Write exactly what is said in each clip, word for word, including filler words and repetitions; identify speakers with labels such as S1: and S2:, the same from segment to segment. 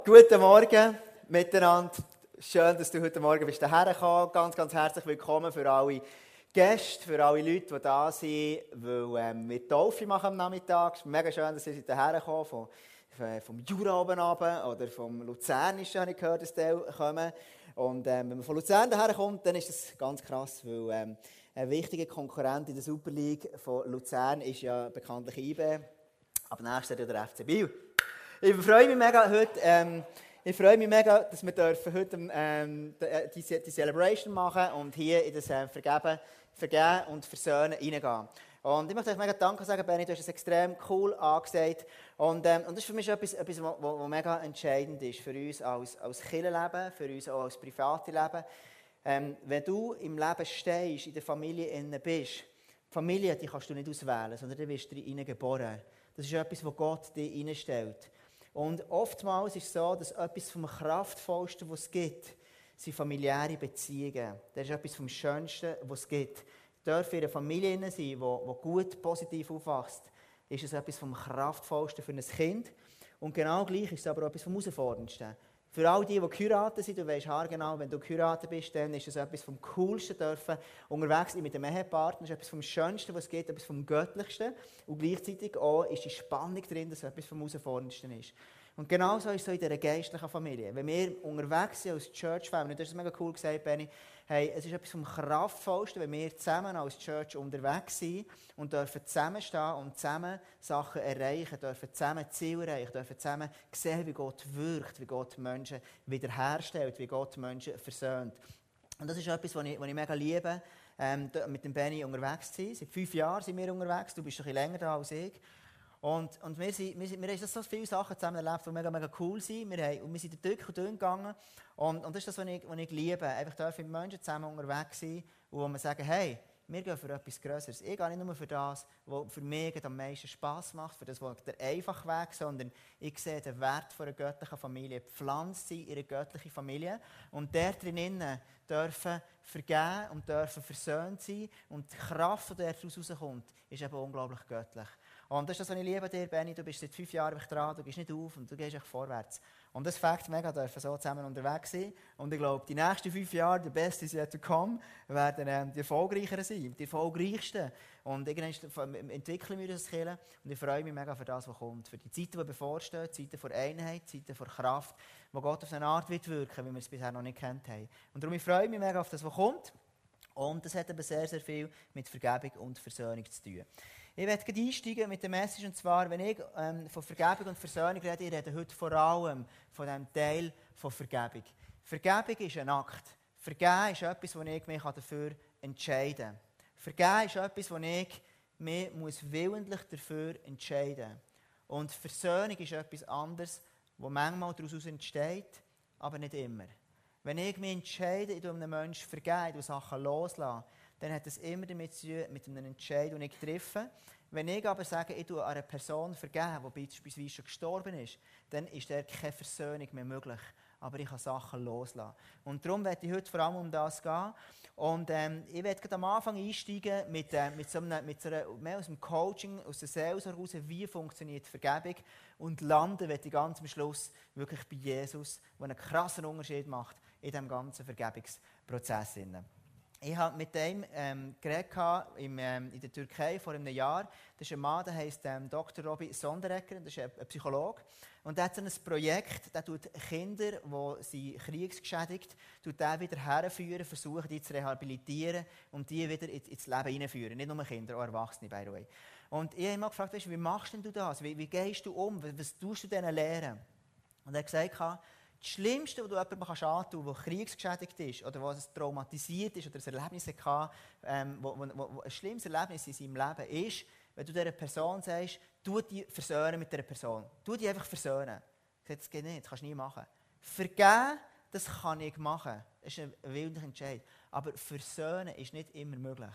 S1: Guten Morgen miteinander. Schön, dass du heute Morgen bist hierher gekommen. Ganz, ganz herzlich willkommen für alle Gäste, für alle Leute, die da sind, weil ähm, wir Taufe machen am Nachmittag. Es ist mega schön, dass ihr hierher gekommen vom, vom Jura oben runter oder vom Luzernischen, habe ich gehört, dass die kommen. Und ähm, wenn man von Luzern hierher kommt, dann ist das ganz krass, weil ähm, ein wichtiger Konkurrent in der Super League von Luzern ist ja bekanntlich I B, aber nächstes Jahr der F C Biel. Ich freue mich mega heute, ähm, ich freue mich mega, dass wir dürfen heute ähm, die, die Celebration machen und hier in das äh, Vergeben, Vergeben und Versöhnen reingehen. Und ich möchte euch mega Danke sagen, Benni, du hast es extrem cool angesagt. Und, ähm, und das ist für mich etwas, etwas was, was mega entscheidend ist für uns als, als Kirchenleben, für uns auch als private Leben. Ähm, wenn du im Leben stehst, in der Familie innen bist, die Familie die kannst du nicht auswählen, sondern du wirst rein geboren. Das ist etwas, was Gott dir reinstellt. Und oftmals ist es so, dass etwas vom Kraftvollsten, was es gibt, sind familiäre Beziehungen. Das ist etwas vom Schönsten, was es gibt. Dürfen in einer Familie sein, die gut, positiv aufwächst, ist es etwas vom Kraftvollsten für ein Kind. Und genau gleich ist es aber auch etwas vom Herausforderndsten. Für all die, die geheiratet sind, du weisst haargenau, wenn du geheiratet bist, dann ist es etwas vom Coolsten dürfen unterwegs sein mit dem Ehepartner. Das ist etwas vom Schönsten, was es gibt, etwas vom Göttlichsten. Und gleichzeitig auch ist die Spannung drin, dass es etwas vom Herausforderndsten ist. Und genau so ist es so in dieser geistlichen Familie. Wenn wir unterwegs sind als Church Family, du hast es mega cool gesagt, Benni, hey, es ist etwas vom Kraftvollsten, wenn wir zusammen als Church unterwegs sind und dürfen zusammenstehen und zusammen Sachen erreichen, dürfen zusammen Ziele erreichen, dürfen zusammen sehen, wie Gott wirkt, wie Gott Menschen wiederherstellt, wie Gott Menschen versöhnt. Und das ist etwas, was ich, was ich mega liebe, ähm, mit dem Benni unterwegs zu sein. Seit fünf Jahren sind wir unterwegs, du bist ein bisschen länger da als ich. Und, und wir, sind, wir, sind, wir haben so viele Sachen zusammen erlebt, die mega, mega cool sind. Wir, haben, und wir sind dick und dünn gegangen. Und, und das ist das, was ich, was ich liebe. Einfach dürfen mit Menschen zusammen unterwegs sein, wo wir sagen, hey, wir gehen für etwas Größeres. Ich gehe nicht nur für das, was für mich am meisten Spass macht, für das, was der einfache Weg, sondern ich sehe den Wert einer göttlichen Familie, pflanzt sie in eine göttliche Familie. Und dort drinnen dürfen vergeben und dürfen versöhnt sein. Und die Kraft, die daraus rauskommt, ist eben unglaublich göttlich. Und das ist das, was ich liebe dir, Benni. Du bist seit fünf Jahren dran, du gehst nicht auf und du gehst echt vorwärts. Und das Fakt mega, dürfen so zusammen unterwegs sein. Und ich glaube, die nächsten fünf Jahre, der beste is yet to come, werden ähm, die erfolgreicheren sein, die erfolgreichsten. Und irgendwann entwickeln wir das Kirche. Und ich freue mich mega für das, was kommt. Für die Zeiten, die bevorstehen, Zeiten der Einheit, Zeiten der Kraft, wo Gott auf eine Art wird wirken, wie wir es bisher noch nicht kennt haben. Und darum ich freue mich mega auf das, was kommt. Und das hat aber sehr, sehr viel mit Vergebung und Versöhnung zu tun. Ich werde gleich einsteigen mit der Message, und zwar, wenn ich ähm, von Vergebung und Versöhnung rede, ich rede heute vor allem von diesem Teil von Vergebung. Vergebung ist ein Akt. Vergeben ist etwas, wo ich mich dafür entscheiden kann. Vergeben ist etwas, wo ich mich muss willentlich dafür entscheiden muss. Und Versöhnung ist etwas anderes, was manchmal daraus entsteht, aber nicht immer. Wenn ich mich entscheide, ich tue einem Menschen vergeben, ich Sachen loslassen, dann hat es immer damit zu tun, mit einem Entscheid, den ich treffe. Wenn ich aber sage, ich tue einer Person vergeben, die beispielsweise schon gestorben ist, dann ist da keine Versöhnung mehr möglich. Aber ich kann Sachen loslassen. Und darum werde ich heute vor allem um das gehen. Und ähm, ich werde gerade am Anfang einsteigen mit, äh, mit, so einem, mit so einer, mehr aus dem Coaching, aus der Seelsorge heraus, wie funktioniert Vergebung. Und landen werde ich ganz am Schluss wirklich bei Jesus, der einen krassen Unterschied macht in diesem ganzen Vergebungsprozess. Ich habe mit dem ähm, geredet im, ähm, in der Türkei vor einem Jahr. Das ist ein Mann, der heisst ähm, Doktor Robi Sonderegger, das ist ein, ein Psychologe. Und der hat so ein Projekt, der tut Kinder, die kriegsgeschädigt sind, wieder herführen, versuchen, die zu rehabilitieren und die wieder ins Leben hineinführen. Nicht nur Kinder, auch Erwachsene, by the way. Und ich habe ihn gefragt, weißt, wie machst denn du das? Wie, wie gehst du um? Was, was tust du denen lehren? Und er hat gesagt, das Schlimmste, was du jemandem antun kannst, der kriegsgeschädigt ist oder der traumatisiert ist oder ein Erlebnis hatte, ähm, wo, wo, wo ein schlimmes Erlebnis in seinem Leben ist, wenn du dieser Person sagst, tu die versöhnen mit dieser Person. Tu die einfach versöhnen. Das geht nicht, das kannst du nie machen. Vergeben, das kann ich machen. Das ist ein wilder Entscheid. Aber versöhnen ist nicht immer möglich.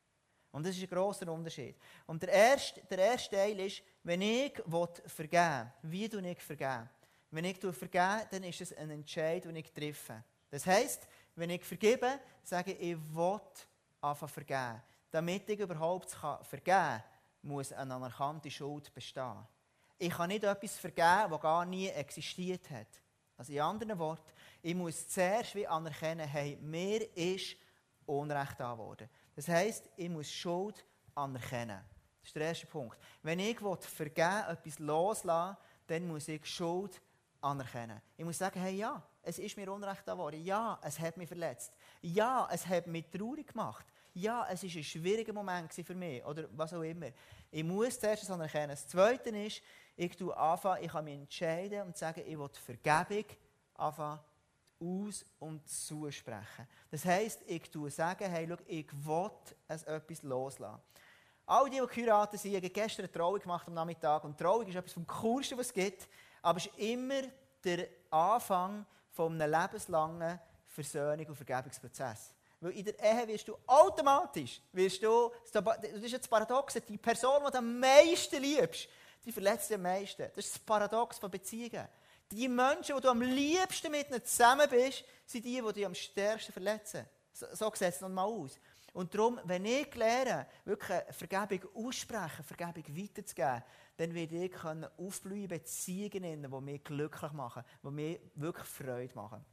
S1: Und das ist ein grosser Unterschied. Und der erste, der erste Teil ist, wenn ich vergeben will, wie tue ich vergeben? Wenn ich vergebe, dann ist es ein Entscheid, den ich treffe. Das heisst, wenn ich vergebe, sage ich, ich will anfangen vergeben. Damit ich überhaupt vergeben kann, muss eine anerkannte Schuld bestehen. Ich kann nicht etwas vergeben, das gar nie existiert hat. Also in anderen Worten, ich muss zuerst wie anerkennen, hey, mir ist Unrecht da worden. Das heisst, ich muss Schuld anerkennen. Das ist der erste Punkt. Wenn ich vergeben, etwas loslassen, dann muss ich Schuld anerkennen. Ich muss sagen, hey, ja, es ist mir Unrecht da geworden. Ja, es hat mich verletzt. Ja, es hat mich traurig gemacht. Ja, es war ein schwieriger Moment für mich. Oder was auch immer. Ich muss zuerst das anerkennen. Das Zweite ist, ich tue anfangen, ich kann mich entscheiden und sagen, ich will die Vergebung anfangen aus- und zusprechen. Das heisst, ich tue sagen, hey, schau, ich will etwas loslassen. All die, die geheiratet sind, haben gestern eine Trauung gemacht am Nachmittag. Und Trauung ist etwas vom Coolsten, was es gibt. Aber es ist immer der Anfang von einem lebenslangen Versöhnung- und Vergebungsprozess. Weil in der Ehe wirst du automatisch, wirst du, das ist jetzt das Paradox, die Person, die du am meisten liebst, die verletzt dich am meisten. Das ist das Paradox von Beziehungen. Die Menschen, die du am liebsten mit ihnen zusammen bist, sind die, die dich am stärksten verletzen. So, so sieht es noch mal aus. Und darum, wenn ich lerne, wirklich Vergebung aussprechen, Vergebung weiterzugeben, dann werde ich aufblühen in Beziehungen, die mich glücklich machen, die mir wirklich Freude machen.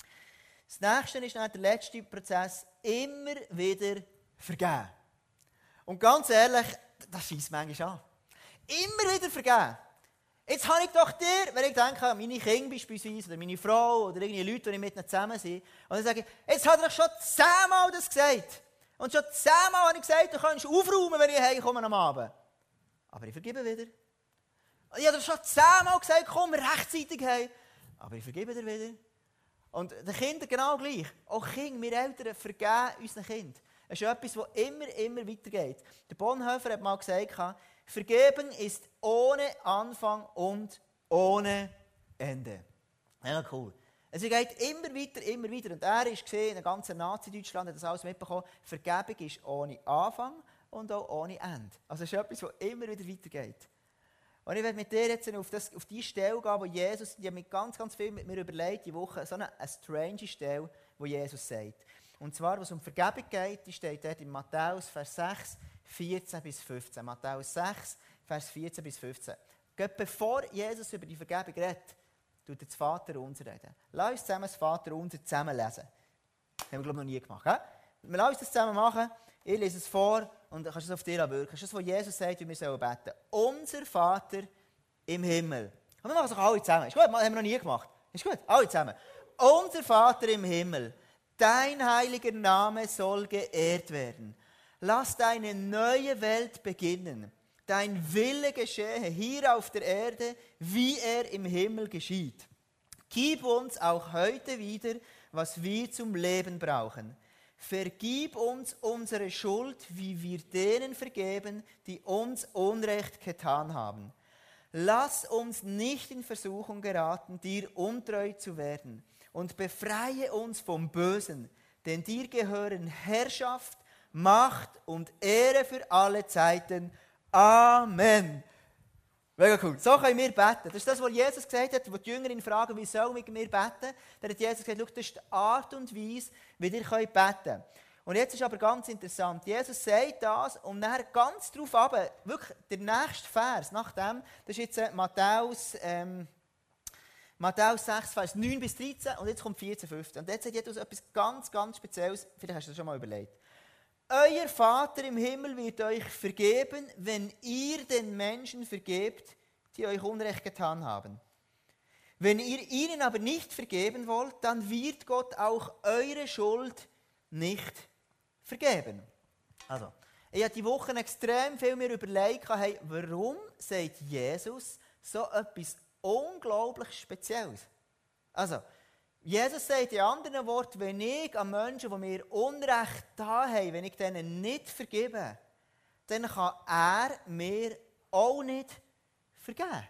S1: Das nächste ist dann der letzte Prozess, immer wieder vergeben. Und ganz ehrlich, das scheisst manchmal an. Immer wieder vergeben. Jetzt habe ich doch dir, wenn ich denke an meine Kinder beispielsweise, oder meine Frau, oder irgendwelche Leute, die mit ihnen zusammen sind, und dann sage ich, jetzt habe ich doch schon zehnmal das gesagt. Und schon zehnmal habe ich gesagt, du kannst aufräumen, wenn ich heimkomme am Abend. Aber ich vergebe wieder. Und ich habe dir schon zehnmal gesagt, komm rechtzeitig heim. Aber ich vergebe dir wieder. Und den Kindern genau gleich. Auch Kinder, wir Eltern vergeben unseren Kindern. Es ist etwas, das immer, immer weitergeht. Der Bonhoeffer hat mal gesagt, Vergeben ist ohne Anfang und ohne Ende. Ja, cool. Es geht immer weiter, immer weiter. Und er ist gesehen, in der ganzen Nazi-Deutschland hat das alles mitbekommen. Vergebung ist ohne Anfang und auch ohne Ende. Also es ist etwas, das immer wieder weitergeht. Und ich werde mit dir jetzt auf, das, auf die Stelle gehen, wo Jesus, die haben mir ganz, ganz viel mit mir überlegt, die Woche, so eine, eine strange Stelle, wo Jesus sagt. Und zwar, was um Vergebung geht, die steht dort in Matthäus, Vers sechs, vierzehn bis fünfzehn. Matthäus sechs, Vers vierzehn bis fünfzehn. Gerade bevor Jesus über die Vergebung redet, tut er das Vaterunser reden. Lass uns zusammen das Vaterunser zusammen lesen. Das haben wir, glaube ich, noch nie gemacht. He? Wir lassen uns das zusammen machen. Ich lese es vor und dann kannst du es auf dir wirken. Das ist das, was Jesus sagt, wie wir sollen beten. Unser Vater im Himmel. Und wir machen es auch alle zusammen. Ist gut? Das haben wir noch nie gemacht. Ist gut? Alle zusammen. Unser Vater im Himmel. Dein heiliger Name soll geehrt werden. Lass deine neue Welt beginnen. Dein Wille geschehe hier auf der Erde, wie er im Himmel geschieht. Gib uns auch heute wieder, was wir zum Leben brauchen. Vergib uns unsere Schuld, wie wir denen vergeben, die uns Unrecht getan haben. Lass uns nicht in Versuchung geraten, dir untreu zu werden. Und befreie uns vom Bösen, denn dir gehören Herrschaft, Macht und Ehre für alle Zeiten. Amen. Mega cool. So können wir beten. Das ist das, was Jesus gesagt hat, wo die Jünger ihn fragen, wie sollen wir beten? Da hat Jesus gesagt, das ist die Art und Weise, wie ihr beten könnt. Und jetzt ist aber ganz interessant. Jesus sagt das und dann ganz darauf ab, wirklich der nächste Vers, nach dem, das ist jetzt Matthäus, ähm, Matthäus sechs, Vers neun bis dreizehn und jetzt kommt vierzehn, fünfzehn. Und jetzt sagt Jesus etwas ganz, ganz Spezielles. Vielleicht hast du das schon mal überlegt. Euer Vater im Himmel wird euch vergeben, wenn ihr den Menschen vergebt, die euch Unrecht getan haben. Wenn ihr ihnen aber nicht vergeben wollt, dann wird Gott auch eure Schuld nicht vergeben. Also, ich habe die Woche extrem viel mir überlegt, hey, warum sagt Jesus so etwas unglaublich Spezielles? Also, Jesus sagt in anderen Worten, wenn ich an Menschen, die mir Unrecht da haben, wenn ich denen nicht vergebe, dann kann er mir auch nicht vergeben.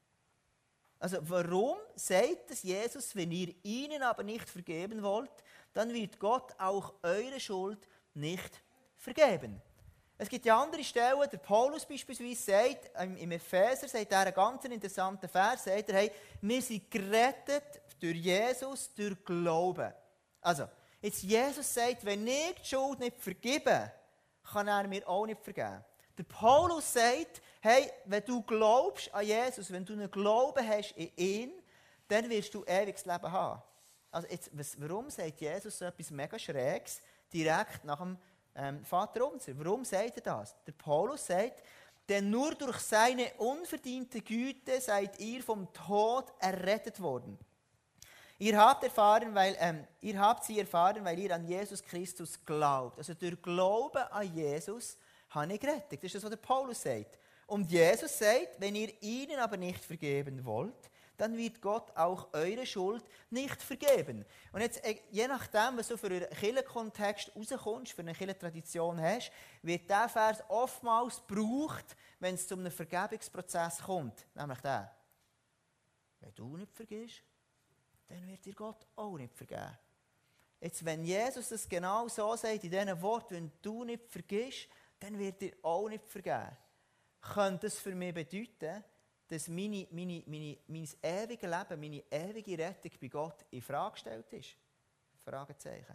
S1: Also warum sagt es Jesus, wenn ihr ihnen aber nicht vergeben wollt, dann wird Gott auch eure Schuld nicht vergeben. Es gibt ja andere Stellen, der Paulus beispielsweise sagt, im Epheser sagt er einen ganz interessanten Vers, sagt er, hey, wir sind gerettet durch Jesus, durch Glauben. Also, jetzt Jesus sagt, wenn ich die Schuld nicht vergebe, kann er mir auch nicht vergeben. Der Paulus sagt, hey, wenn du glaubst an Jesus, wenn du einen Glauben hast in ihn, dann wirst du ewiges Leben haben. Also jetzt, was, warum sagt Jesus so etwas mega Schräges direkt nach dem ähm, Vater unser? Warum sagt er das? Der Paulus sagt, denn nur durch seine unverdiente Güte seid ihr vom Tod errettet worden. Ihr habt, erfahren, weil, ähm, ihr habt sie erfahren, weil ihr an Jesus Christus glaubt. Also durch Glauben an Jesus habe ich gerettet. Das ist das, was der Paulus sagt. Und Jesus sagt, wenn ihr ihnen aber nicht vergeben wollt, dann wird Gott auch eure Schuld nicht vergeben. Und jetzt, je nachdem, was du für einen Kirchenkontext rauskommst, für eine Kirchentradition hast, wird dieser Vers oftmals gebraucht, wenn es zu einem Vergebungsprozess kommt. Nämlich der. Wenn du nicht vergisst, dann wird dir Gott auch nicht vergeben. Jetzt, wenn Jesus das genau so sagt, in diesen Worten, wenn du nicht vergisst, dann wird dir auch nicht vergeben. Könnte das für mich bedeuten, dass meine, meine, meine, mein ewiges Leben, meine ewige Rettung bei Gott in Frage gestellt ist? Fragezeichen.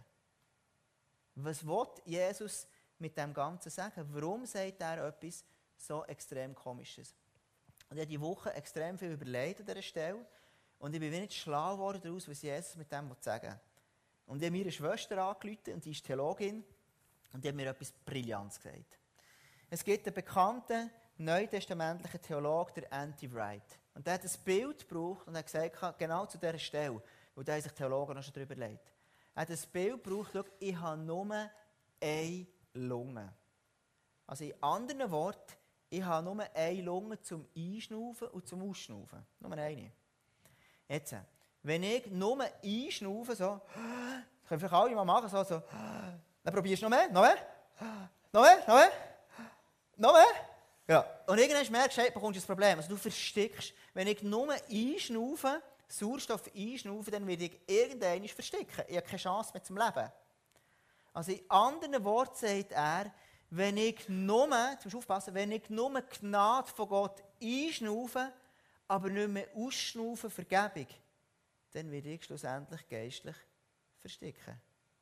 S1: Was will Jesus mit dem Ganzen sagen? Warum sagt er etwas so extrem Komisches? Und ich habe diese Woche extrem viel überlegt an dieser Stelle. Und ich bin nicht schlau geworden daraus, was Jesus mit dem sagen will. Und ich habe meine Schwester angerufen, und die ist Theologin, und die hat mir etwas Brillantes gesagt. Es gibt einen bekannten neutestamentlichen Theologen, der Andy Wright. Und der hat ein Bild gebraucht und hat gesagt, genau zu dieser Stelle, wo da sich Theologen noch schon darüber überlegt. Er hat ein Bild gebraucht, schau, ich habe nur eine Lunge. Also in anderen Worten, ich habe nur eine Lunge zum Einschnaufen und zum Ausschnaufen. Nur eine. Jetzt, wenn ich nur einschnaufe, so, das können vielleicht alle mal machen, so, so, dann probierst du noch mehr, noch mehr, noch mehr, noch mehr, noch mehr. Ja. Und irgendwann merkst du, hey, bekommst du das Problem. Also du verstickst. Wenn ich nur einschnaufe, Sauerstoff einschnaufe, dann werde ich irgendwann versticken. Ich habe keine Chance mehr zum Leben. Also in anderen Worten sagt er, wenn ich nur, jetzt musst du aufpassen, wenn ich nur Gnade von Gott einschnaufe, aber nicht mehr ausschnaufen, Vergebung, dann werde ich schlussendlich geistlich versticken.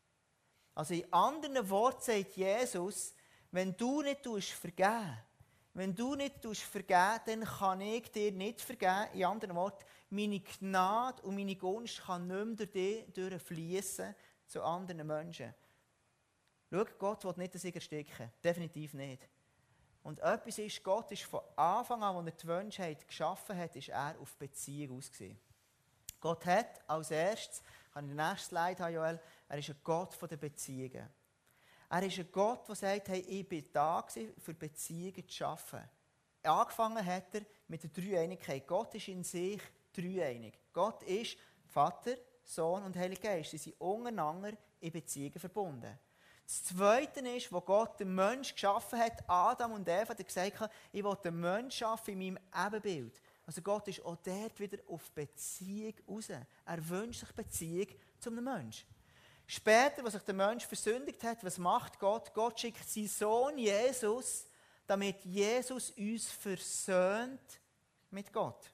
S1: Also in anderen Worten sagt Jesus, wenn du nicht vergeben, wenn du nicht vergeben, dann kann ich dir nicht vergeben. In anderen Worten, meine Gnade und meine Gunst kann nicht mehr durch dich durchfließen zu anderen Menschen. Schau, Gott will nicht, dass ich ersticke. Definitiv nicht. Und etwas ist, Gott ist von Anfang an, als er die Menschheit geschaffen hat, ist er auf Beziehung ausgesehen. Gott hat als erstes, ich kann den nächsten Slide haben, Joel, er ist ein Gott der Beziehungen. Er ist ein Gott, der sagt, hey, ich bin da, für Beziehungen zu schaffen. Angefangen hat er mit der Dreieinigkeit. Gott ist in sich dreieinig. Gott ist Vater, Sohn und Heiliger Geist. Sie sind untereinander in Beziehungen verbunden. Das Zweite ist, wo Gott den Menschen geschaffen hat, Adam und Eva, hat gesagt, ich will den Menschen schaffen in meinem Ebenbild. Also Gott ist auch dort wieder auf Beziehung raus. Er wünscht sich Beziehung zu einem Menschen. Später, als sich der Mensch versündigt hat, was macht Gott? Gott schickt seinen Sohn Jesus, damit Jesus uns versöhnt mit Gott.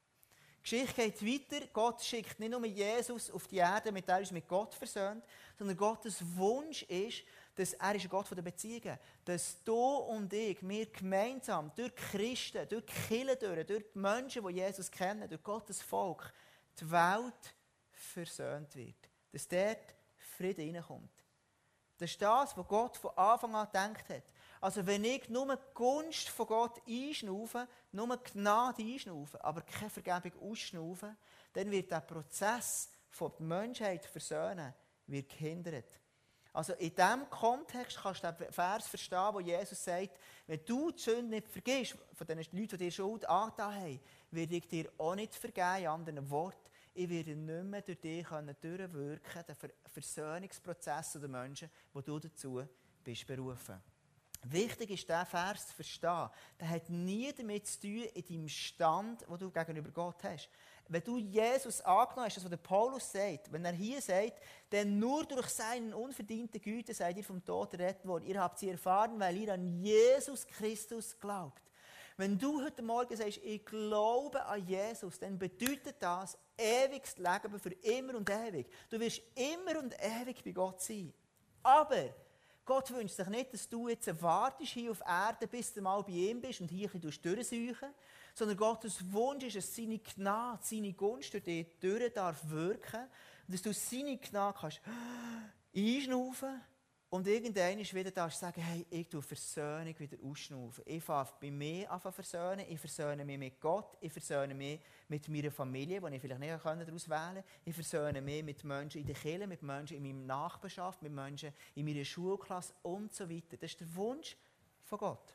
S1: Die Geschichte geht weiter. Gott schickt nicht nur Jesus auf die Erde, damit er uns mit Gott versöhnt, sondern Gottes Wunsch ist, dass er ist ein Gott der Beziehungen, dass du und ich, wir gemeinsam durch die Christen, durch die Kirche, durch, durch die Menschen, die Jesus kennen, durch Gottes Volk, die Welt versöhnt wird. Dass dort Frieden reinkommt. Das ist das, was Gott von Anfang an gedacht hat. Also wenn ich nur die Gunst von Gott einschnaufe, nur Gnade einschnaufe, aber keine Vergebung ausschnaufe, dann wird der Prozess von der Menschheit versöhnen, wird gehindert. Also in diesem Kontext kannst du den Vers verstehen, wo Jesus sagt, wenn du die Sünde nicht vergisst, von den Leuten, die dir Schuld angetan haben, werde ich dir auch nicht vergeben, in anderen Worten. Ich werde nicht mehr durch dich durchwirken, den Versöhnungsprozess der Menschen, wo du dazu bist berufen. Wichtig ist, diesen Vers zu verstehen. Der hat nie damit zu tun, in deinem Stand, den du gegenüber Gott hast. Wenn du Jesus angenommen hast, das, was der Paulus sagt, wenn er hier sagt, denn nur durch seine unverdiente Güte seid ihr vom Tod errettet worden. Ihr habt sie erfahren, weil ihr an Jesus Christus glaubt. Wenn du heute Morgen sagst, ich glaube an Jesus, dann bedeutet das ewiges Leben für immer und ewig. Du wirst immer und ewig bei Gott sein. Aber Gott wünscht sich nicht, dass du jetzt wartest hier auf Erde, bis du mal bei ihm bist und hier ein bisschen durchsuchen, sondern Gottes Wunsch ist, dass seine Gnade, seine Gunst durch dich durch darf wirken und dass du seine Gnade kannst einschnaufen und irgendwann wieder darfst sagen, hey, ich tue Versöhnung wieder ausschnaufen. Ich fange bei mir an versöhnen, ich versöhne mich mit Gott, ich versöhne mich mit meiner Familie, die ich vielleicht nicht daraus wählen konnte. Ich versöhne mich mit Menschen in der Kirche, mit Menschen in meiner Nachbarschaft, mit Menschen in meiner Schulklasse und so weiter. Das ist der Wunsch von Gott.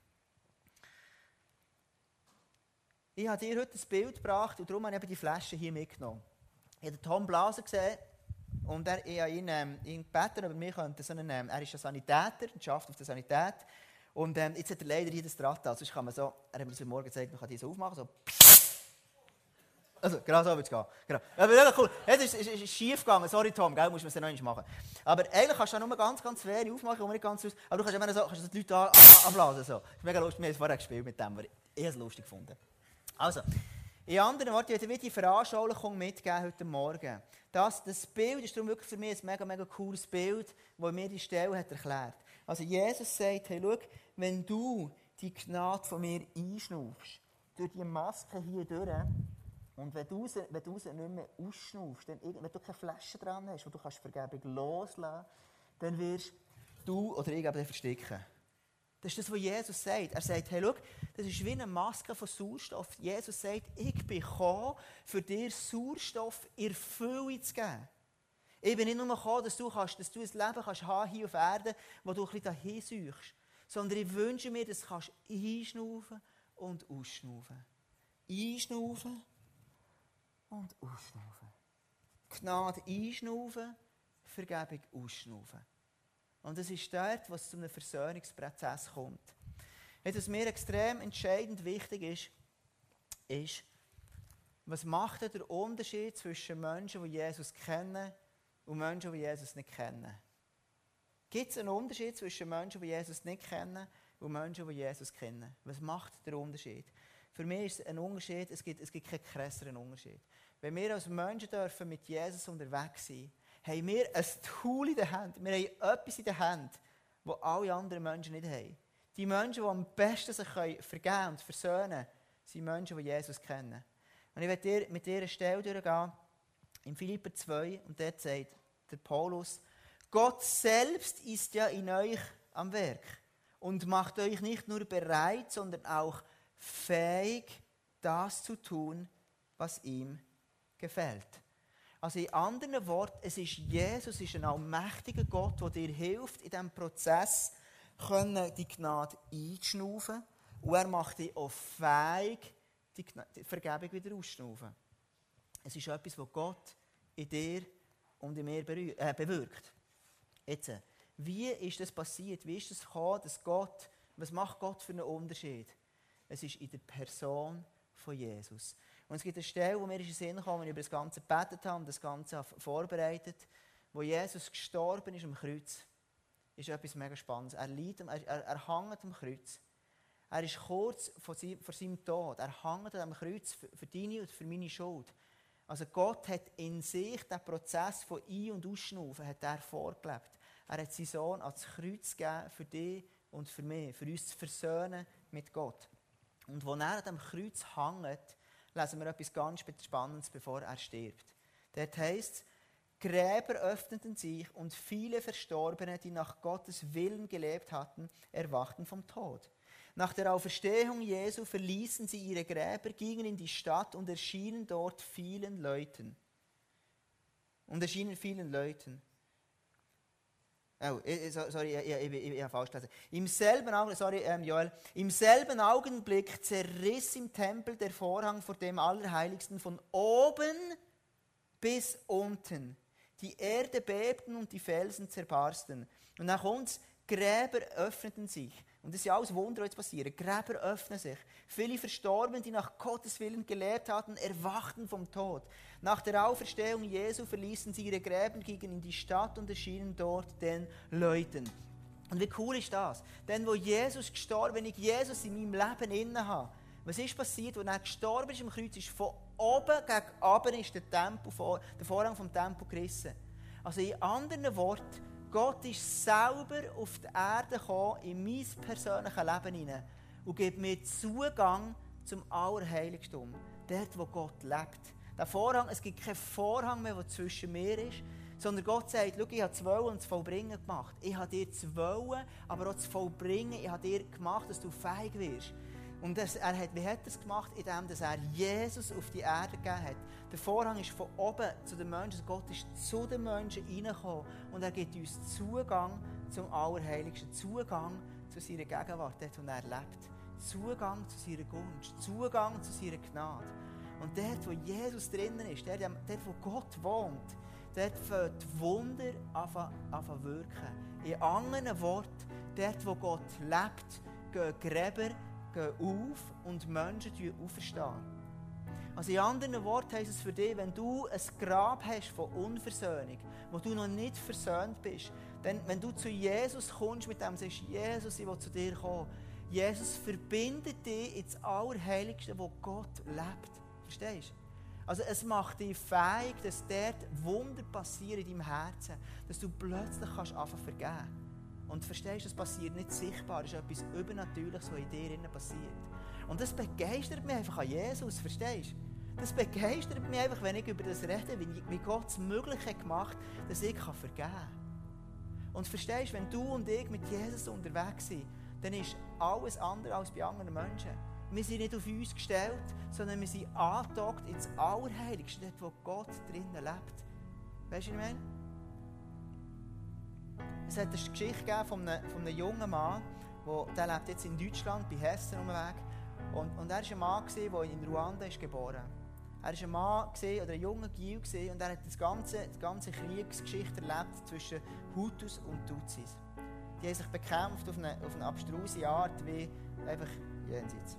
S1: Ich habe dir heute ein Bild gebracht und darum habe ich die Flasche hier mitgenommen. Ich habe Tom Blaser gesehen und er, ich habe ihn, ähm, ihn gebeten, aber wir könnten so einen, ähm, er ist ein Sanitäter und arbeitet auf der Sanität. Und ähm, jetzt hat er leider hier das Draht an, sonst kann man so, er hat mir das heute Morgen gesagt, man kann die so aufmachen, so. Also, genau so wird es gehen. Genau. Aber wirklich cool. Jetzt ist es ist, ist schief gegangen, sorry Tom, gell, musst du es noch nicht machen. Aber eigentlich kannst du nur ganz, ganz schwer aufmachen, und nicht ganz aus, aber du kannst immer so, kannst die Leute an, an, anblasen. So. Das ist mega lustig, wir haben es vorher gespielt mit dem, aber ich habe es lustig gefunden. Also, in anderen Worten, ich werde dir die Veranschaulichung mitgeben heute Morgen. Das, das Bild ist darum wirklich für mich ein mega, mega cooles Bild, das mir die Stelle hat erklärt. Also Jesus sagt, hey, schau, wenn du die Gnade von mir einschnaufst, durch die Maske hier durch, und wenn du sie, wenn du sie nicht mehr ausschnaufst, dann, wenn du keine Flasche dran hast, wo du kannst Vergebung loslassen, dann wirst du oder ich eben versticken. Das ist das, was Jesus sagt. Er sagt, hey, schau, das ist wie eine Maske von Sauerstoff. Jesus sagt, ich bin gekommen, für dir Sauerstoff in Fülle zu geben. Ich bin nicht nur gekommen, dass du, kannst, dass du ein Leben kannst haben hier auf Erden, wo du ein bisschen dahin suchst, sondern ich wünsche mir, dass du kannst einschnaufen und ausschnaufen. Einschnaufen und ausschnaufen. Gnade einschnaufen, Vergebung ausschnaufen. Und es ist dort, wo es zu einem Versöhnungsprozess kommt. Was mir extrem entscheidend wichtig ist, ist, was macht der Unterschied zwischen Menschen, die Jesus kennen, und Menschen, die Jesus nicht kennen? Gibt es einen Unterschied zwischen Menschen, die Jesus nicht kennen, und Menschen, die Jesus kennen? Was macht der Unterschied? Für mich ist es ein Unterschied, es gibt, es gibt keinen krasseren Unterschied. Wenn wir als Menschen dürfen mit Jesus unterwegs sein, haben wir ein Tool in der Hand, wir haben etwas in der Hand, das alle anderen Menschen nicht haben. Die Menschen, die am besten sich vergeben und versöhnen können, sind Menschen, die Jesus kennen. Und ich werde mit dieser Stelle durchgehen, in Philipper zwei, und dort sagt der Paulus, Gott selbst ist ja in euch am Werk und macht euch nicht nur bereit, sondern auch fähig, das zu tun, was ihm gefällt. Also in anderen Worten, es ist Jesus, es ist ein allmächtiger Gott, der dir hilft, in diesem Prozess die Gnade einzuschnaufen. Und er macht dich auch fähig, die, Gnade, die Vergebung wieder auszuschnaufen. Es ist etwas, was Gott in dir und in mir berührt, äh, bewirkt. Jetzt, wie ist das passiert? Wie ist das gekommen, dass Gott, was macht Gott für einen Unterschied? Es ist in der Person von Jesus. Und es gibt eine Stelle, wo mir in den Sinn kam, wenn ich über das Ganze gebetet habe und das Ganze vorbereitet, wo Jesus gestorben ist am Kreuz. Ist etwas mega Spannendes. Er liegt, er, er, er hängt am Kreuz. Er ist kurz vor, sie, vor seinem Tod. Er hängt am Kreuz für, für deine und für meine Schuld. Also Gott hat in sich den Prozess von Ein- und Ausschnaufen hat er vorgelebt. Er hat seinen Sohn ans Kreuz gegeben für dich und für mich, für uns zu versöhnen mit Gott. Und als er an dem Kreuz hängt, lesen wir etwas ganz Spannendes, bevor er stirbt. Dort heisst es, Gräber öffneten sich und viele Verstorbene, die nach Gottes Willen gelebt hatten, erwachten vom Tod. Nach der Auferstehung Jesu verließen sie ihre Gräber, gingen in die Stadt und erschienen dort vielen Leuten. Und erschienen vielen Leuten. Oh, sorry, ich, ich, ich, ich habe falsch gelesen. Im selben Augenblick, sorry, ähm, Joel, im selben Augenblick zerriss im Tempel der Vorhang vor dem Allerheiligsten von oben bis unten. Die Erde bebten und die Felsen zerbarsten. Und nach uns Gräber öffneten sich. Und das ist ja alles Wunder, was jetzt passiert. Gräber öffnen sich. Viele Verstorbene, die nach Gottes Willen gelebt hatten, erwachten vom Tod. Nach der Auferstehung Jesu verließen sie ihre Gräber, gingen in die Stadt und erschienen dort den Leuten. Und wie cool ist das? Denn wo Jesus gestorben ist, wenn ich Jesus in meinem Leben inne habe, was ist passiert, als er gestorben ist am Kreuz, ist von oben gegen unten ist der, Tempel, der Vorhang vom Tempel gerissen. Also in anderen Worten, Gott ist selber auf die Erde gekommen, in mein persönliches Leben hinein und gibt mir Zugang zum Allerheiligsten. Dort, wo Gott lebt. Der Vorhang, es gibt keinen Vorhang mehr, der zwischen mir ist, sondern Gott sagt, schau, ich habe das Wollen und das Vollbringen gemacht. Ich habe dir das Wollen, aber auch das Vollbringen, ich habe dir gemacht, dass du fähig wirst. Und das, er hat, wie hat er es gemacht? Indem er Jesus auf die Erde gegeben hat. Der Vorhang ist von oben zu den Menschen. Gott ist zu den Menschen reingekommen. Und er gibt uns Zugang zum Allerheiligsten. Zugang zu seiner Gegenwart, dort, wo er lebt. Zugang zu seiner Gunst. Zugang zu seiner Gnade. Und dort, wo Jesus drinnen ist, dort, dort wo Gott wohnt, dort fangen die Wunder an wirken. In anderen Worten, dort, wo Gott lebt, gehen Gräber gehen auf und Menschen auferstehen. Also in anderen Worten heisst es für dich, wenn du ein Grab hast von Unversöhnung, wo du noch nicht versöhnt bist, dann, wenn du zu Jesus kommst, mit dem sagst, Jesus, ich will zu dir kommen. Jesus verbindet dich ins Allerheiligste, wo Gott lebt. Verstehst du? Also es macht dich fähig, dass dort Wunder passieren in deinem Herzen, dass du plötzlich kannst anfangen zu vergeben. Und verstehst du, das passiert nicht sichtbar, das ist etwas Übernatürliches, was in dir passiert. Und das begeistert mich einfach an Jesus, verstehst du? Das begeistert mich einfach, wenn ich über das rede, wie Gott es möglich hat gemacht, dass ich vergeben kann. Und verstehst du, wenn du und ich mit Jesus unterwegs sind, dann ist alles andere als bei anderen Menschen. Wir sind nicht auf uns gestellt, sondern wir sind angedockt ins Allerheiligste, dort, wo Gott drinnen lebt. Weißt du, was ich meine? Es hat eine Geschichte gegeben von einem, von einem jungen Mann, der, der lebt jetzt in Deutschland, bei Hessen umweg. Und, und er war ein Mann, der in Ruanda ist geboren ist. Er war ein Mann oder ein junger Gil und er hat das ganze, die ganze Kriegsgeschichte erlebt zwischen Hutus und Tutsis. Die haben sich bekämpft auf eine, auf eine abstruse Art, wie einfach jenseits.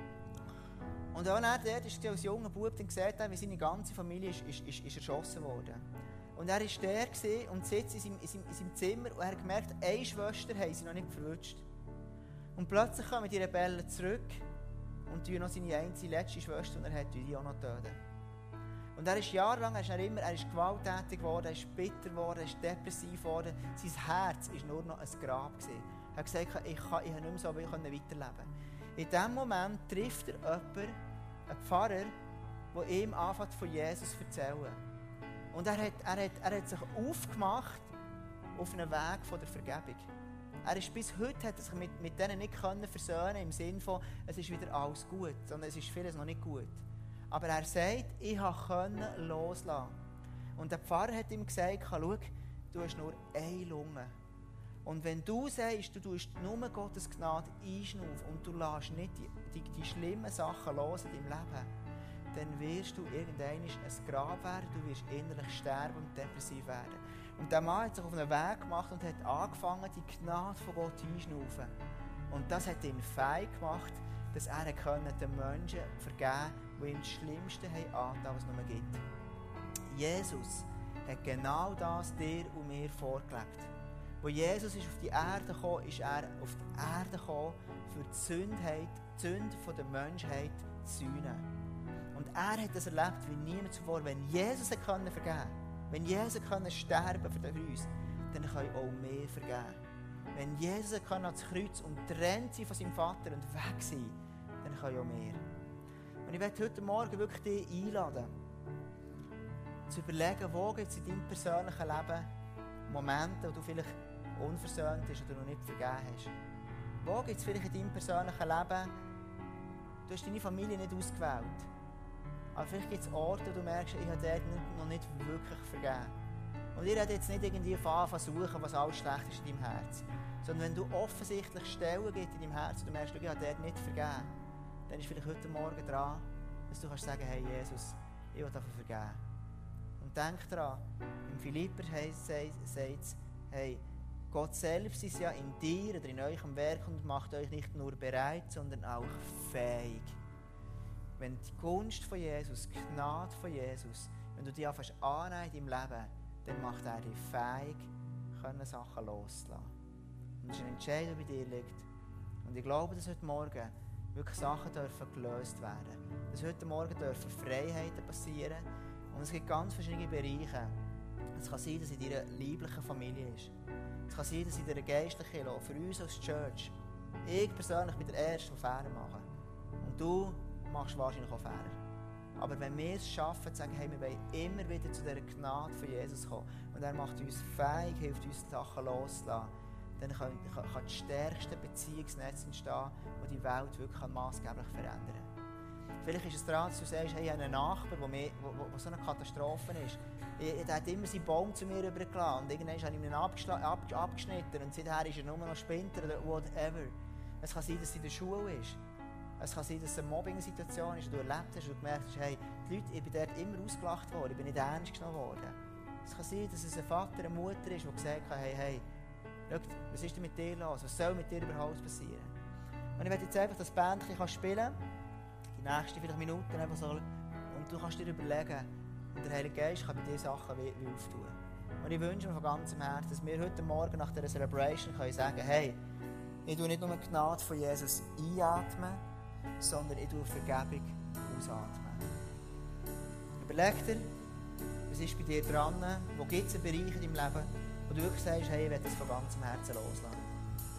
S1: Und als er dort ist, als junger Bub dann gesehen hat, wie seine ganze Familie ist, ist, ist, ist erschossen wurde. Und er war der und sitzt in seinem, in, seinem, in seinem Zimmer und er hat gemerkt, eine Schwester haben sie noch nicht verwünscht. Und plötzlich kommen die Rebellen zurück und töten noch seine einzige letzte Schwester, die er hat, die auch noch töten. Und er ist jahrelang, er ist immer, er ist gewalttätig geworden, er ist bitter geworden, er ist depressiv geworden. Sein Herz war nur noch ein Grab gewesen. Er hat gesagt, ich kann, ich kann nicht mehr so weiterleben. In diesem Moment trifft er jemanden, einen Pfarrer, der ihm anfängt von Jesus zu erzählen. Und er hat, er, hat, er hat sich aufgemacht auf einen Weg von der Vergebung. Er ist bis heute hat er sich mit, mit denen nicht können versöhnen im Sinne von, es ist wieder alles gut, sondern es ist vieles noch nicht gut. Aber er sagt, ich konnte loslassen. Und der Pfarrer hat ihm gesagt, schau, du hast nur eine Lunge. Und wenn du sagst, du tust nur Gottes Gnade einschnaufen und du lässt nicht die, die, die schlimmen Sachen los in deinem Leben, dann wirst du irgendwann ein Grab werden, du wirst innerlich sterben und depressiv werden. Und der Mann hat sich auf einen Weg gemacht und hat angefangen, die Gnade von Gott einschnaufen. Und das hat ihn fähig gemacht, dass er den Menschen vergeben konnte, die ihm das Schlimmste angetan, was es nur gibt. Jesus hat genau das dir und mir vorgelegt. Als Jesus ist auf die Erde kam, ist er auf die Erde gekommen, für die Sünde, die Sünde der Menschheit zu sühnen. Und er hat das erlebt wie niemand zuvor. Wenn Jesus vergeben konnte, wenn Jesus sterben für uns, dann können auch wir vergeben. Wenn Jesus ans Kreuz und trennt sein von seinem Vater und weg sein, dann können auch wir. Und ich möchte heute Morgen wirklich dich einladen, zu überlegen, wo gibt es in deinem persönlichen Leben Momente, wo du vielleicht unversöhnt bist oder noch nicht vergeben hast. Wo gibt es vielleicht in deinem persönlichen Leben, du hast deine Familie nicht ausgewählt, aber vielleicht gibt es Orte, wo du merkst, ich habe dort noch nicht wirklich vergeben. Und ihr habt jetzt nicht irgendwie versuchen, was alles schlecht ist in deinem Herz. Sondern wenn du offensichtlich Stellen gibt in deinem Herz und du merkst, ich habe dort nicht vergeben, dann ist vielleicht heute Morgen dran, dass du kannst sagen, hey Jesus, ich will dafür vergeben. Und denk daran, im Philipper sagt es, hey, Gott selbst ist ja in dir oder in eurem Werk und macht euch nicht nur bereit, sondern auch fähig. Wenn die Gunst von Jesus, die Gnade von Jesus, wenn du die anfängst annehmen in deinem Leben, dann macht er dich fähig, Sachen loszulassen. Und das ist ein Entscheid, der bei dir liegt. Und ich glaube, dass heute Morgen wirklich Sachen dürfen gelöst werden. Dass heute Morgen dürfen Freiheiten passieren. Und es gibt ganz verschiedene Bereiche. Es kann sein, dass es in deiner lieblichen Familie ist. Es kann sein, dass es in deiner geistlichen ist. Für uns als Church, ich persönlich bin der Erste, der Fehler mache. Und du machst du wahrscheinlich auch Fehler. Aber wenn wir es schaffen, zu sagen, hey, wir wollen immer wieder zu dieser Gnade von Jesus kommen und er macht uns fähig, hilft uns, Sachen loszulassen, dann kann, kann, kann das stärkste Beziehungsnetz entstehen, das die Welt wirklich maßgeblich verändern kann. Vielleicht ist es daran, dass du sagst, hey, ich habe einen Nachbar, der mir, wo, wo, wo so eine Katastrophe ist. Ich, der hat immer seinen Baum zu mir übergelassen und irgendwann habe ich ihn ab, abgeschnitten und seither ist er nur noch Spinter oder whatever. Es kann sein, dass es in der Schule ist. Es kann sein, dass es eine Mobbing-Situation ist und du erlebt hast und du gemerkt hast, hey, die Leute, ich bin dort immer ausgelacht worden, ich bin nicht ernst genommen worden. Es kann sein, dass es ein Vater, eine Mutter ist, die gesagt hat, hey, hey, schau, was ist denn mit dir los? Was soll mit dir überhaupt passieren? Und ich werde jetzt einfach das Bändchen spielen, die nächsten vielleicht Minuten einfach so, und du kannst dir überlegen, und der Heilige Geist kann bei dir Sachen wie, wie auftun. Und ich wünsche mir von ganzem Herzen, dass wir heute Morgen nach dieser Celebration können sagen, hey, ich tue nicht nur die Gnade von Jesus einatmen, sondern ich tue Vergebung ausatmen. Überleg dir, was ist bei dir dran, wo gibt es einen Bereich in deinem Leben, wo du wirklich sagst, hey, ich will das von ganzem Herzen loslassen.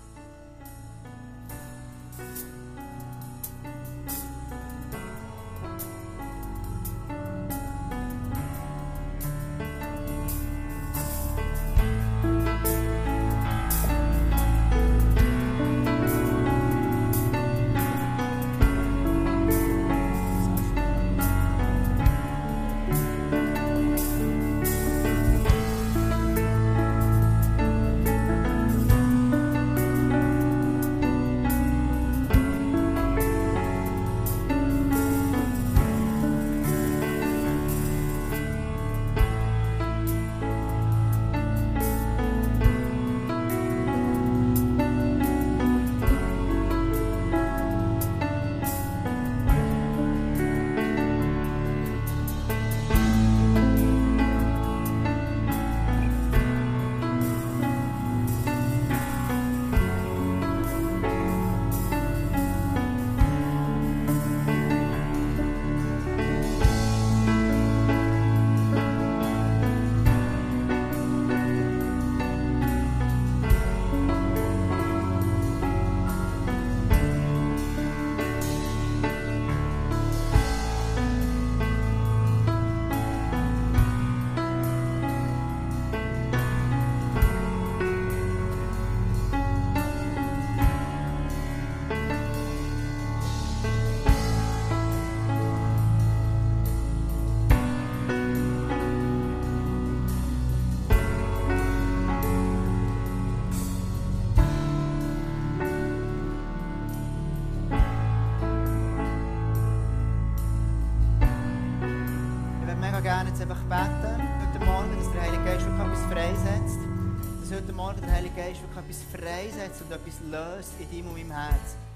S1: Gerne jetzt einfach beten, heute Morgen, dass der Heilige Geist wirklich etwas freisetzt. Dass heute Morgen der Heilige Geist wirklich etwas freisetzt und etwas löst in deinem und meinem Herz.